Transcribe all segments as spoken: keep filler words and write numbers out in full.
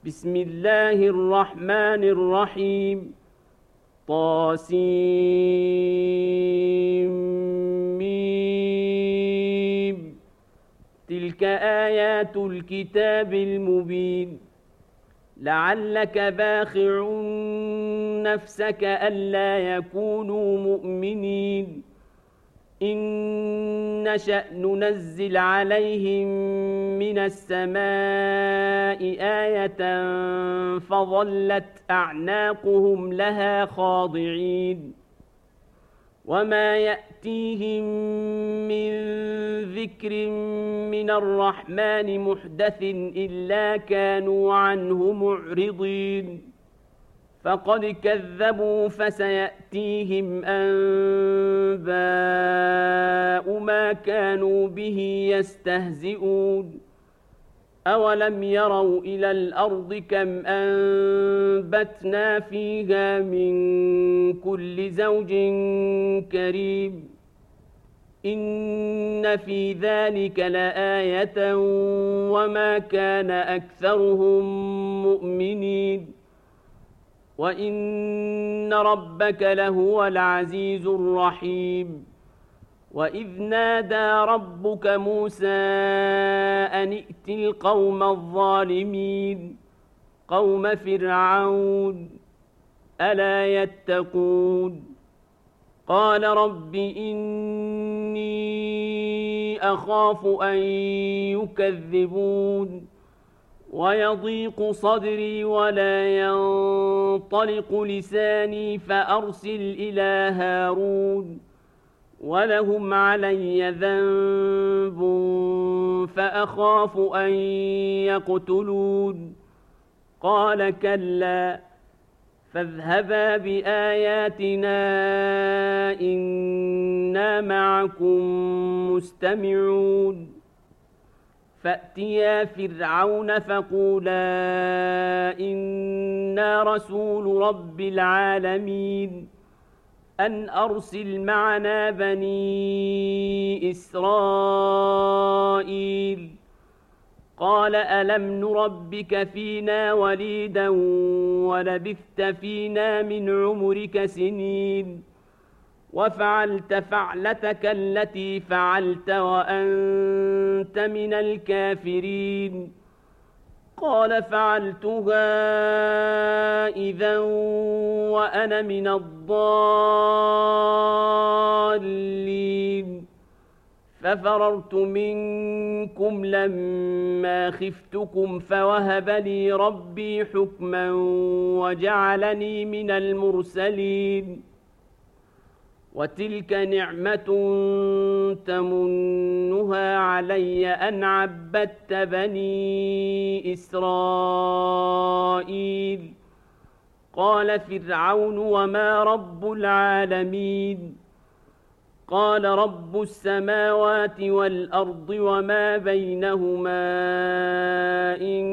بسم الله الرحمن الرحيم. طاسيم. تلك آيات الكتاب المبين. لعلك باخع نفسك ألا يكونوا مؤمنين إن نشأ ننزل عليهم من السماء آية فظلت أعناقهم لها خاضعين وما يأتيهم من ذكر من الرحمن محدث إلا كانوا عنه معرضين فقد كذبوا فسيأتيهم أنباء ما كانوا به يستهزئون أولم يروا إلى الأرض كم أنبتنا فيها من كل زوج كريم إن في ذلك لآية وما كان أكثرهم مؤمنين وإن ربك لهو العزيز الرحيم وإذ نادى ربك موسى أن ائت القوم الظالمين قوم فرعون ألا يتقون قال رب إني أخاف أن يكذبون ويضيق صدري ولا ينطلق لساني فأرسل إلى هارون ولهم علي ذنب فأخاف أن يقتلون قال كلا فاذهبا بآياتنا إنا معكم مستمعون فأتيا فرعون فقولا إنا رسول رب العالمين أن أرسل معنا بني إسرائيل قال ألم نربك فينا وليدا ولبثت فينا من عمرك سنين وفعلت فعلتك التي فعلت وأنت من الكافرين قال فعلتها إذا وأنا من الضالين ففررت منكم لما خفتكم فوهب لي ربي حكما وجعلني من المرسلين وتلك نعمة تمنها علي أن عبدت بني إسرائيل قال فرعون وما رب العالمين قال رب السماوات والأرض وما بينهما إن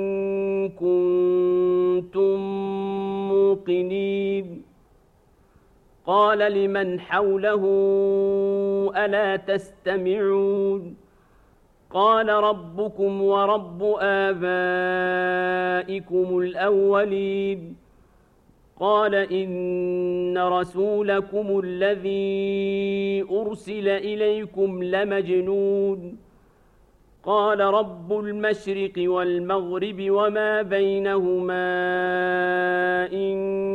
كنتم موقنين قال لمن حوله ألا تستمعون قال ربكم ورب آبائكم الأولين قال إن رسولكم الذي أرسل إليكم لمجنون قال رب المشرق والمغرب وما بينهما إن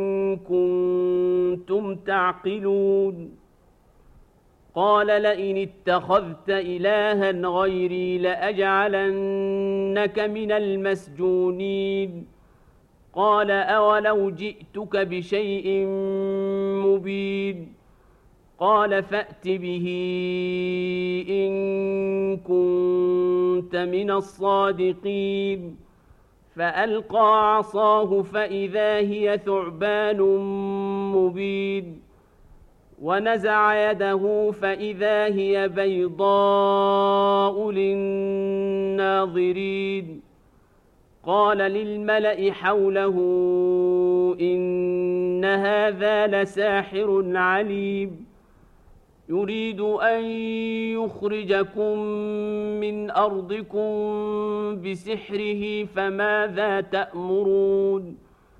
كنتم تعقلون قال لئن اتخذت إلها غيري لأجعلنك من المسجونين قال أولو جئتك بشيء مبين قال فأت به إن كنت من الصادقين فألقى عصاه فإذا هي ثعبان مبين ونزع يده فإذا هي بيضاء للناظرين قال للملأ حوله إن هذا لساحر عليم يريد أن يخرجكم من أرضكم بسحره فماذا تأمرون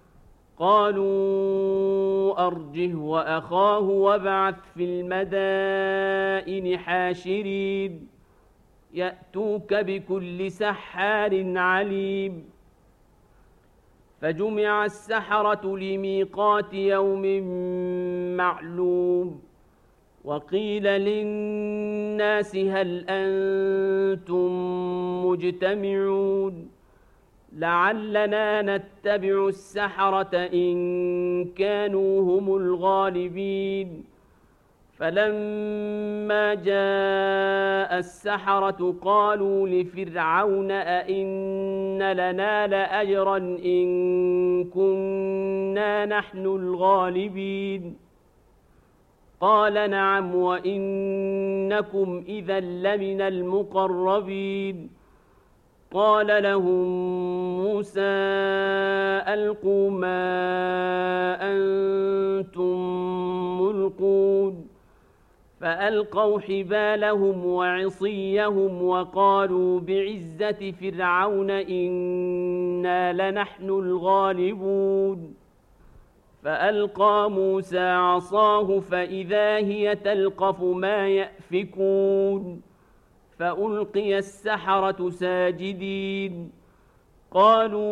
قالوا أرجه وأخاه وابعث في المدائن حاشرين يأتوك بكل سحار عليم فجمع السحرة لميقات يوم معلوم وقيل للناس هل أنتم مجتمعون لعلنا نتبع السحرة إن كانوا هم الغالبين فلما جاء السحرة قالوا لفرعون أئن لنا لأجرا إن كنا نحن الغالبين قال نعم وإنكم إذا لمن المقربين قال لهم موسى ألقوا ما أنتم ملقون فألقوا حبالهم وعصيهم وقالوا بعزة فرعون إنا لنحن الغالبون فألقى موسى عصاه فإذا هي تلقف ما يأفكون فألقي السحرة ساجدين قالوا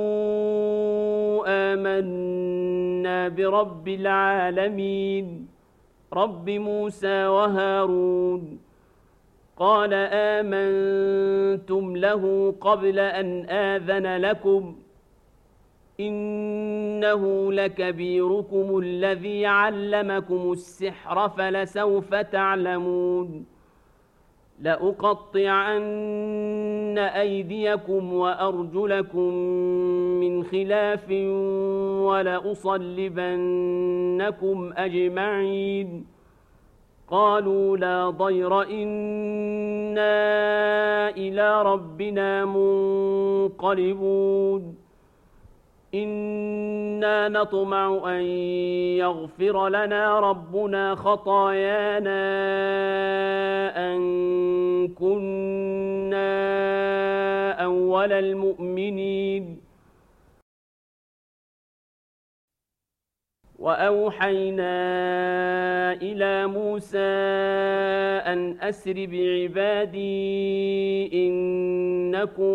آمنا برب العالمين رب موسى وهارون قال آمنتم له قبل أن آذن لكم إنه لكبيركم الذي علمكم السحر فلسوف تعلمون لأقطعن أيديكم وأرجلكم من خلاف ولأصلبنكم أجمعين قالوا لا ضير إنا إلى ربنا منقلبون إنا نطمع أن يغفر لنا ربنا خطايانا أن كنا أول المؤمنين وأوحينا إلى موسى أن أسر بعبادي إنكم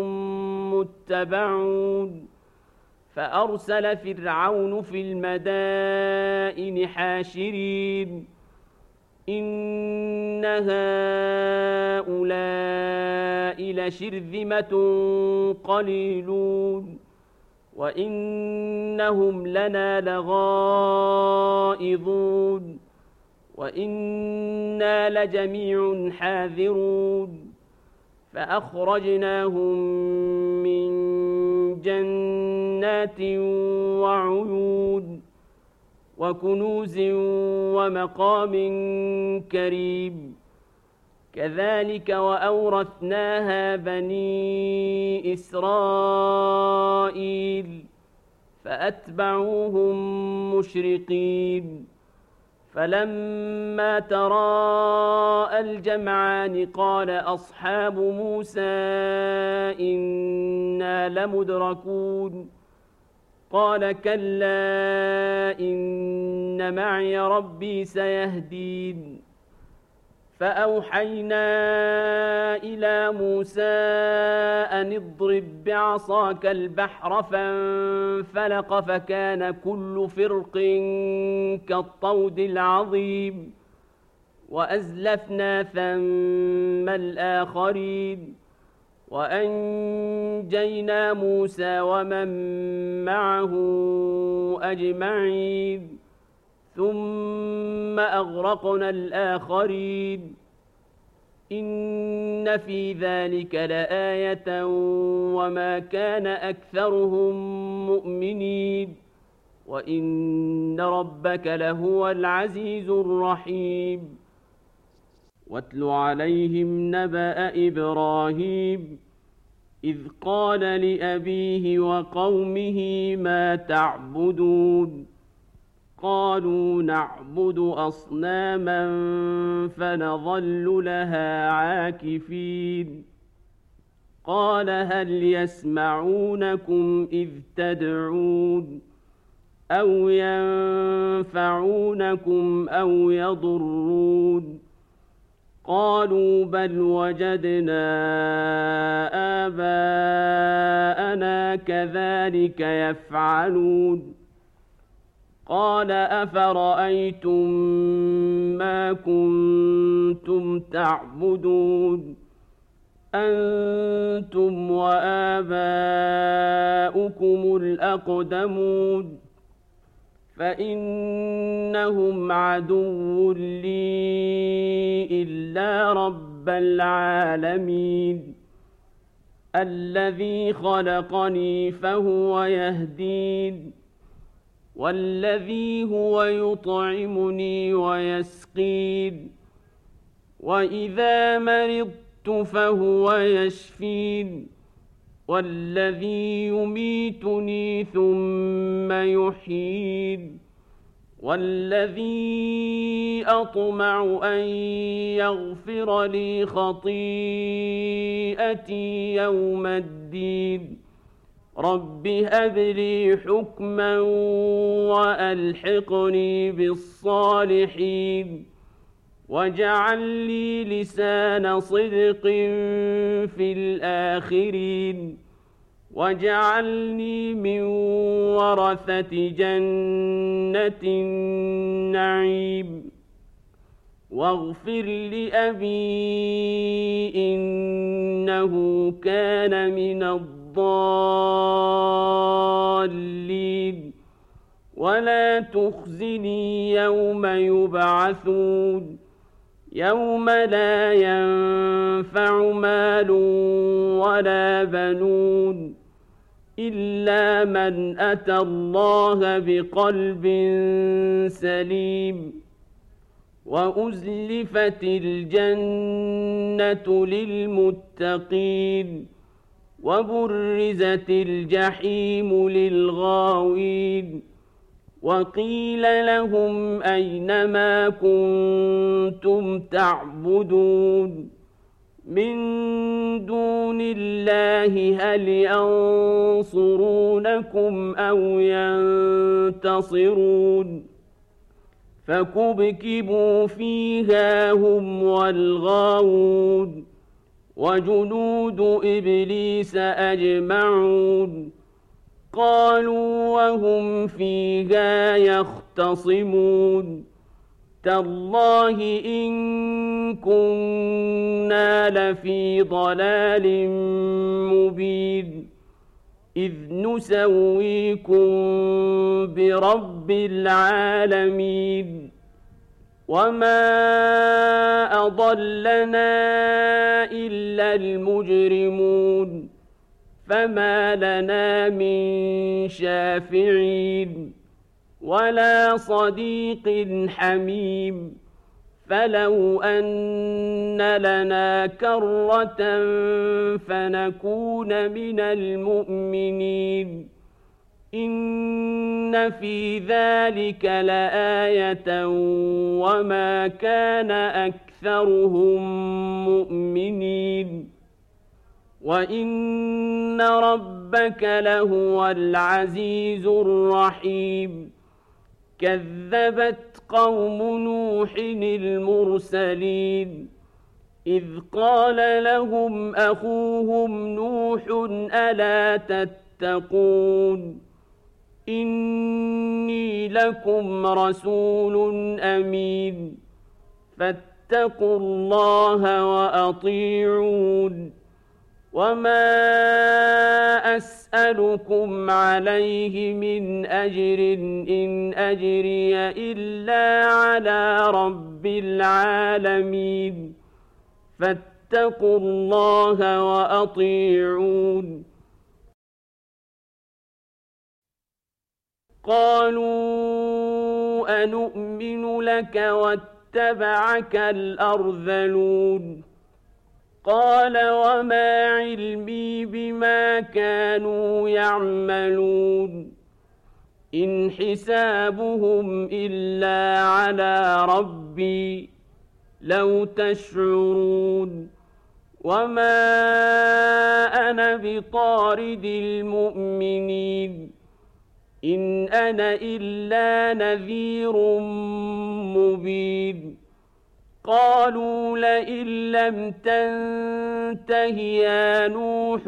متبعون فأرسل فرعون في المدائن حاشرين إن هؤلاء لشرذمة قليلون وإنهم لنا لغائظون وإنا لجميع حاذرون فأخرجناهم من جنات وعيون وكنوز ومقام كريم كذلك وأورثناها بني إسرائيل فأتبعوهم مشرقين فلما تراءى الجمعان قال أصحاب موسى إنا لمدركون قال كلا إن معي ربي سيهدين فأوحينا إلى موسى أن اضرب بعصاك البحر فانفلق فكان كل فرق كالطود العظيم وأزلفنا ثم الآخرين وأنجينا موسى ومن معه أجمعين ثم أغرقنا الآخرين إن في ذلك لآية وما كان أكثرهم مؤمنين وإن ربك لهو العزيز الرحيم واتل عليهم نبأ إبراهيم إذ قال لأبيه وقومه ما تعبدون قالوا نعبد أصناما فنظل لها عاكفين قال هل يسمعونكم إذ تدعون أو ينفعونكم أو يضرون قالوا بل وجدنا آباءنا كذلك يفعلون قال أفرأيتم ما كنتم تعبدون أنتم وآباؤكم الأقدمون فإنهم عدو لي إلا رب العالمين الذي خلقني فهو يهدين والذي هو يطعمني ويسقين وإذا مرضت فهو يشفين والذي يميتني ثم يحيين والذي أطمع أن يغفر لي خطيئتي يوم الدين رب هب لي حكما وألحقني بالصالحين واجعل لي لسان صدق في الآخرين واجعلني من ورثة جنة النعيم واغفر لأبي إنه كان من الضالين ولا تخزني يوم يبعثون يوم لا ينفع مال ولا بنون إلا من أتى الله بقلب سليم وأزلفت الجنة للمتقين وبرزت الجحيم للغاوين وقيل لهم أين ما كنتم تعبدون من دون الله هل ينصرونكم أو ينتصرون فكبكبوا فيها هم والغاوون وجنود إبليس أجمعون قالوا وهم فيها يختصمون تالله إن كنا لفي ضلال مبين إذ نسويكم برب العالمين وما أضلنا إلا المجرمون فما لنا من شافعين ولا صديق حميم فلو أن لنا كرة فنكون من المؤمنين إن في ذلك لآية وما كان أكثرهم مؤمنين وإن ربك لهو العزيز الرحيم كذبت قوم نوح المرسلين إذ قال لهم أخوهم نوح ألا تتقون إني لكم رسول أمين فاتقوا الله وأطيعون وما أسألكم عليه من أجر إن أجري إلا على رب العالمين فاتقوا الله وأطيعون قالوا أنؤمن لك واتبعك الأرذلون قال وما علمي بما كانوا يعملون إن حسابهم إلا على ربي لو تشعرون وما أنا بطارد المؤمنين إن أنا إلا نذير مبين قالوا لئن لم تنته يا نوح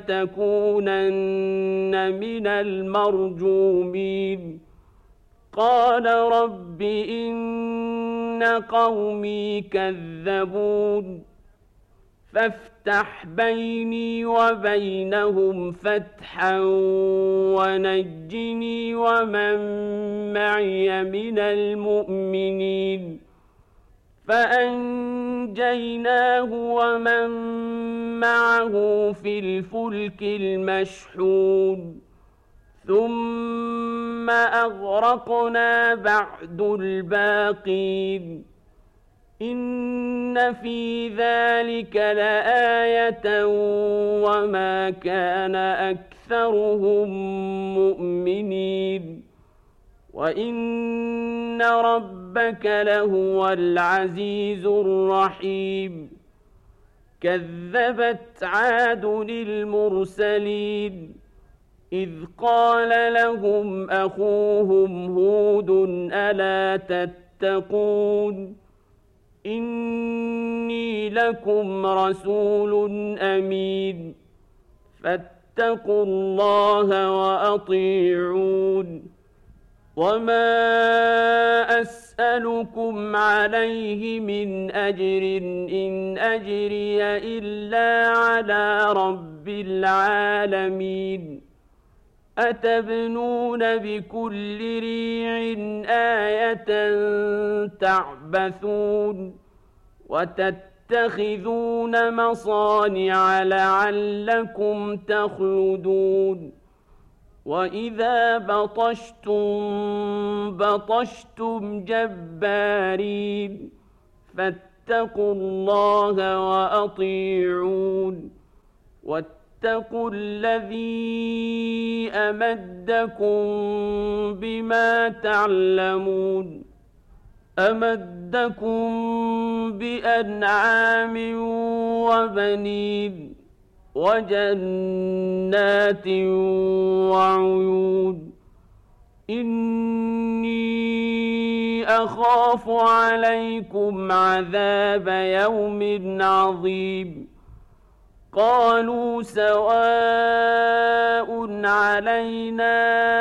لتكونن من المرجومين قال رب إن قومي كذبون فافتح بيني وبينهم فتحا ونجني ومن معي من المؤمنين فأنجيناه ومن معه في الفلك المشحون ثم أغرقنا بعد الباقين إن في ذلك لآية وما كان أكثرهم مؤمنين وإن ربك لهو العزيز الرحيم كذبت عاد المرسلين إذ قال لهم أخوهم هود ألا تتقون إني لكم رسول أمين فاتقوا الله وأطيعون وما أسألكم عليه من أجر إن أجري إلا على رب العالمين أتبنون بكل ريع آية تعبثون وتتخذون مصانع لعلكم تخلدون وإذا بطشتم بطشتم جبارين فاتقوا الله وأطيعون واتقوا الذي أمدكم بما تعلمون أمدكم بأنعام وبنين وجنات وعيون إني أخاف عليكم عذاب يوم عظيم قالوا سواء علينا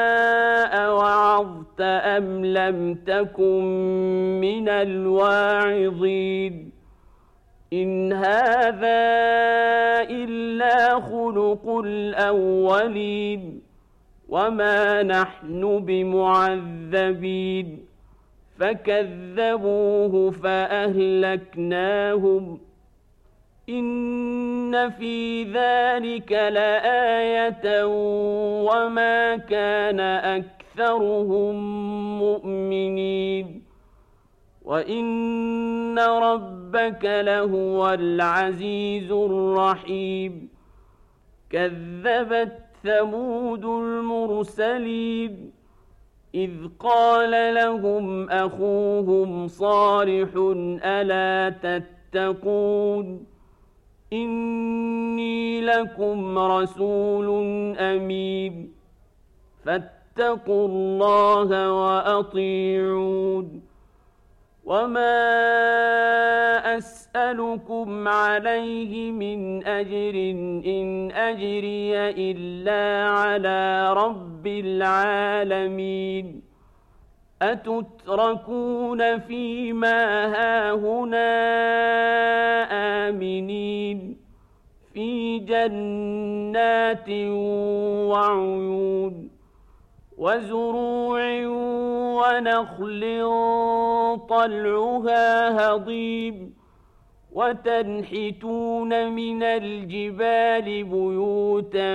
أوعظت أم لم تكن من الواعظين إن هذا إلا خلق الأولين وما نحن بمعذبين فكذبوه فأهلكناهم إن في ذلك لآية وما كان أكثرهم مؤمنين وإن ربك لهو العزيز الرحيم كذبت ثمود المرسلين إذ قال لهم أخوهم صالح ألا تتقون إني لكم رسول أمين فاتقوا الله وأطيعون وما أسألكم عليه من أجر إن أجري إلا على رب العالمين أتتركون فيما هاهنا آمنين في جنات وعيون وزروع ونخل طلعها هضيم وتنحتون من الجبال بيوتا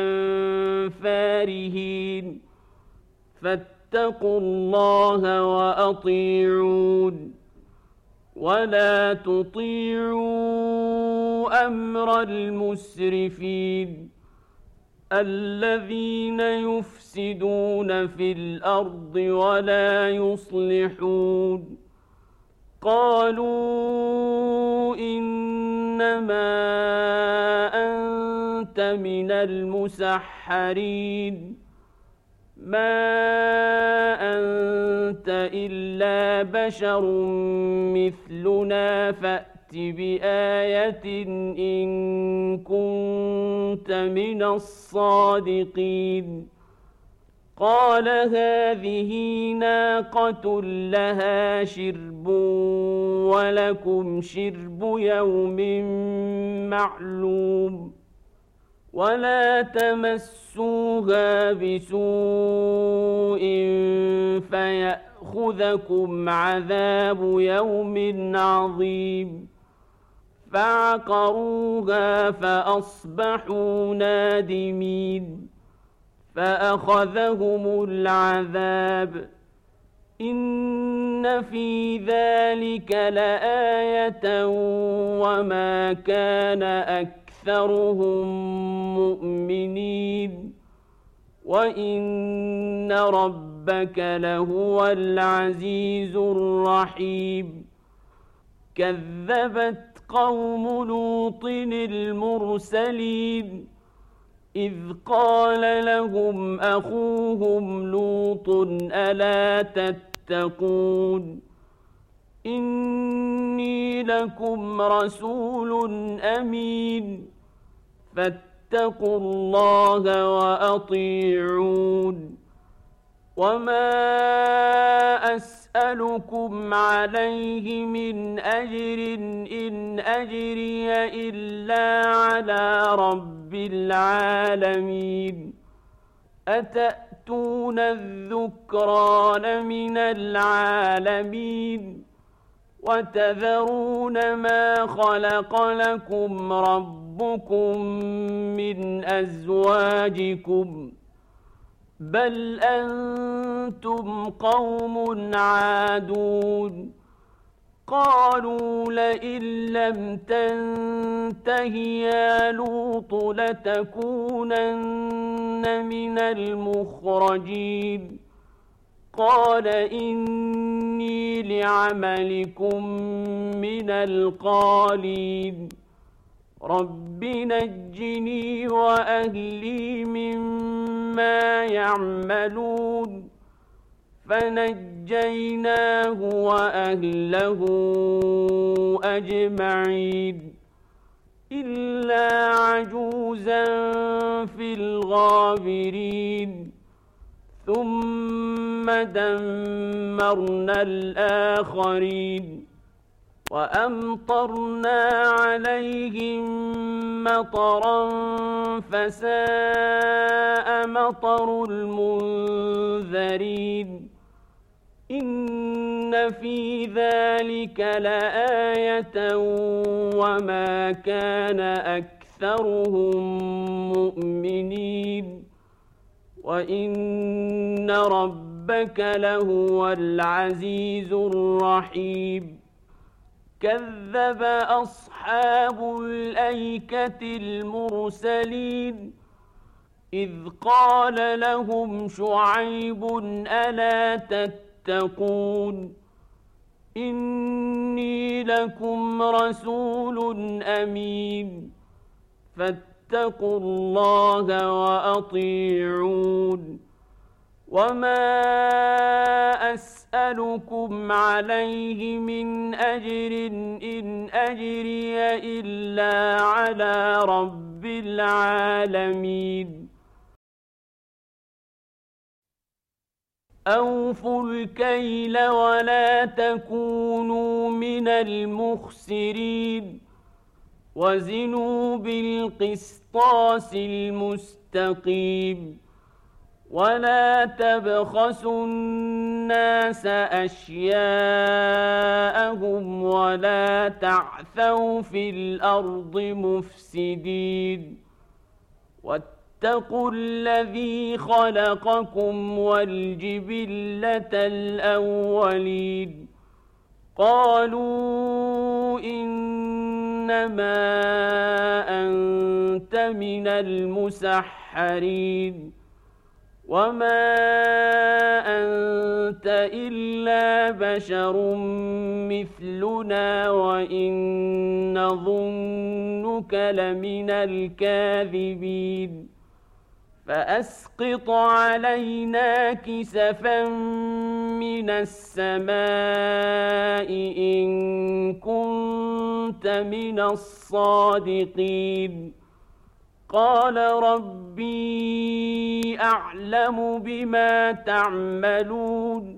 فارهين فاتقوا الله وأطيعون ولا تطيعوا أمر المسرفين الذين يفسدون في الأرض ولا يصلحون قالوا إنما أنت من المسحرين ما أنت إلا بشر مثلنا فأت بآية إن كنت من الصادقين قال هذه ناقة لها شرب ولكم شرب يوم معلوم ولا تمسوها بسوء فيأخذكم عذاب يوم عظيم فعقروها فأصبحوا نادمين فأخذهم العذاب إن في ذلك لآية وما كان أكثرهم مؤمنين وإن ربك لهو العزيز الرحيم كذبت قوم لوط المرسلين إذ قال لهم أخوهم لوط ألا تتقون إني لكم رسول أمين فاتقوا الله وأطيعون وما أسألكم عليه من أجر إن أجري إلا على رب العالمين أتأتون الذكران من العالمين وتذرون ما خلق لكم ربكم من أزواجكم بل أنتم قوم عادون قالوا لئن لم تنته يا لوط لتكونن من المخرجين قال إني لعملكم من القالين رب نجني وأهلي مما يعملون فنجيناه وأهله أجمعين إلا عجوزا في الغابرين ثم دمرنا الآخرين وأمطرنا عليهم مطرا فساء مطر المنذرين إن في ذلك لآية وما كان أكثرهم مؤمنين وإن ربك لهو العزيز الرحيم كذب أصحاب الأيكة المرسلين إذ قال لهم شعيب ألا تتقون إني لكم رسول أمين فاتقوا الله وأطيعون وما أسألكم عليه من أجر إن أجري إلا على رب العالمين أوفوا الكيل ولا تكونوا من المخسرين وزنوا بالقسطاس المستقيم ولا تبخسوا الناس أشياءهم ولا تعثوا في الأرض مفسدين واتقوا الذي خلقكم والجبلة الأولين قالوا إن إنما أنت من المسحرين وما أنت إلا بشر مثلنا وإن نظنك لمن الكاذبين فأسقط علينا كسفا من السماء إن كنت من الصادقين قال ربي أعلم بما تعملون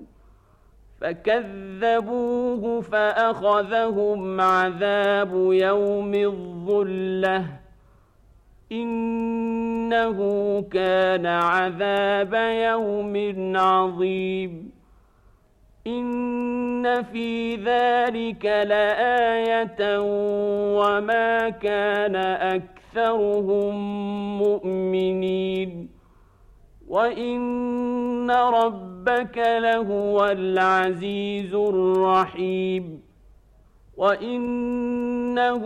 فكذبوه فأخذهم عذاب يوم الظلة إنه كان عذاب يوم عظيم إن في ذلك لآية وما كان أكثرهم مؤمنين وإن ربك لهو العزيز الرحيم وإنه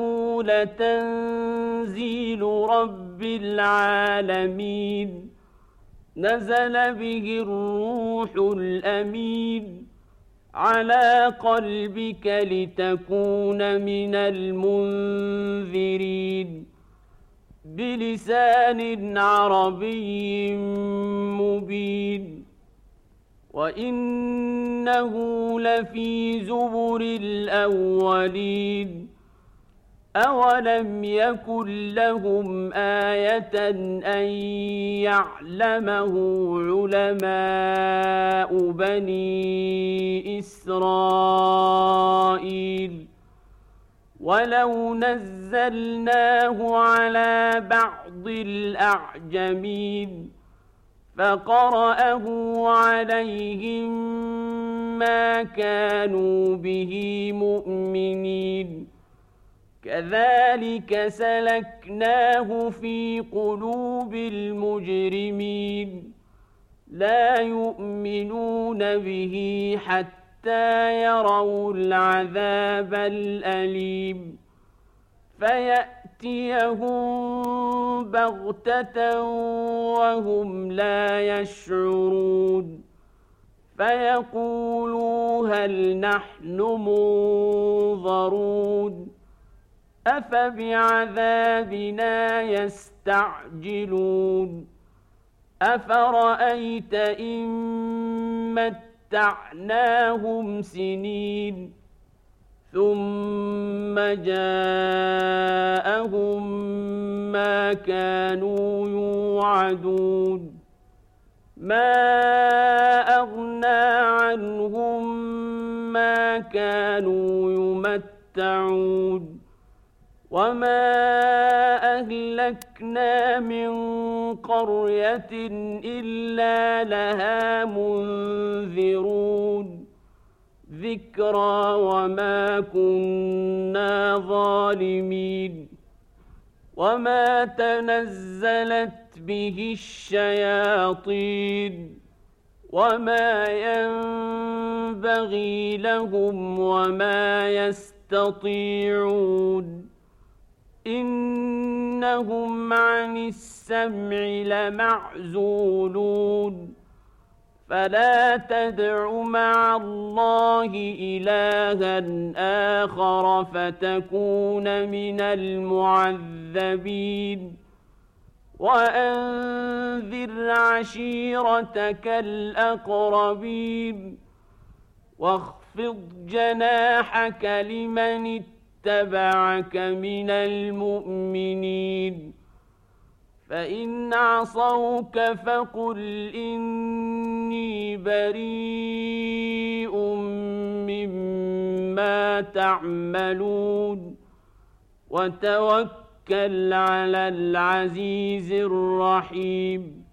لتنزيل رب العالمين نزل به الروح الأمين على قلبك لتكون من المنذرين بلسان عربي مبين وإنه لفي زبر الأولين أولم يكن لهم آية أن يعلمه علماء بني إسرائيل ولو نزلناه على بعض الأعجمين فقرأه عليهم ما كانوا به مؤمنين كذلك سلكناه في قلوب المجرمين لا يؤمنون به حتى يروا العذاب الأليم فيأتيهم بغتة وهم لا يشعرون فيقولوا هل نحن منظرون أفبعذابنا يستعجلون أفرأيت إن متعناهم سنين ثم جاءهم ما كانوا يوعدون ما أغنى عنهم ما كانوا يمتعون وما أهلكنا من قرية إلا لها منذرون ذكرى وما كنا ظالمين وما تنزلت به الشياطين وما ينبغي لهم وما يستطيعون إنهم عن السمع لمعزولون فلا تدع مع الله إلها آخر فتكون من المعذبين وأنذر عشيرتك الأقربين واخفض جناحك لمن اتبعك من المؤمنين فإن عصوك فقل إني بريء مما تعملون وتوكل على العزيز الرحيم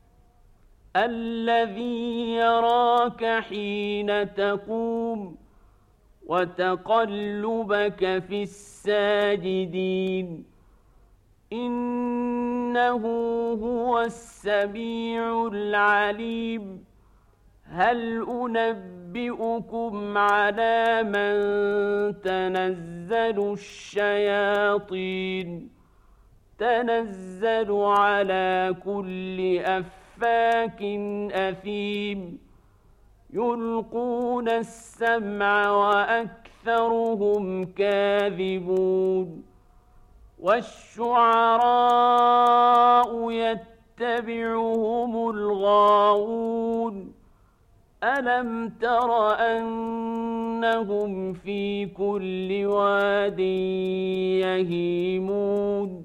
الذي يراك حين تقوم وتقلبك في الساجدين إنه هو السميع العليم هل أنبئكم على من تنزل الشياطين تنزل على كل أفاك أثيم يلقون السمع وأكثرهم كاذبون والشعراء يتبعهم الغاوون ألم تر أنهم في كل واد يهيمون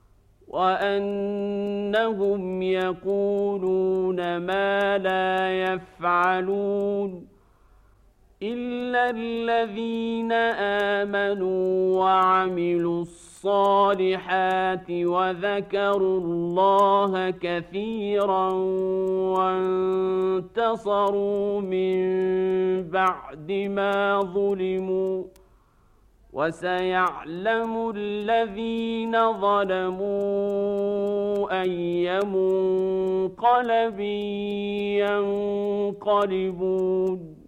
وأنهم يقولون ما لا يفعلون إلا الذين آمنوا وعملوا الصالحات وذكروا الله كثيرا وانتصروا من بعد ما ظلموا وسيعلم الذين ظلموا أي منقلب ينقلبون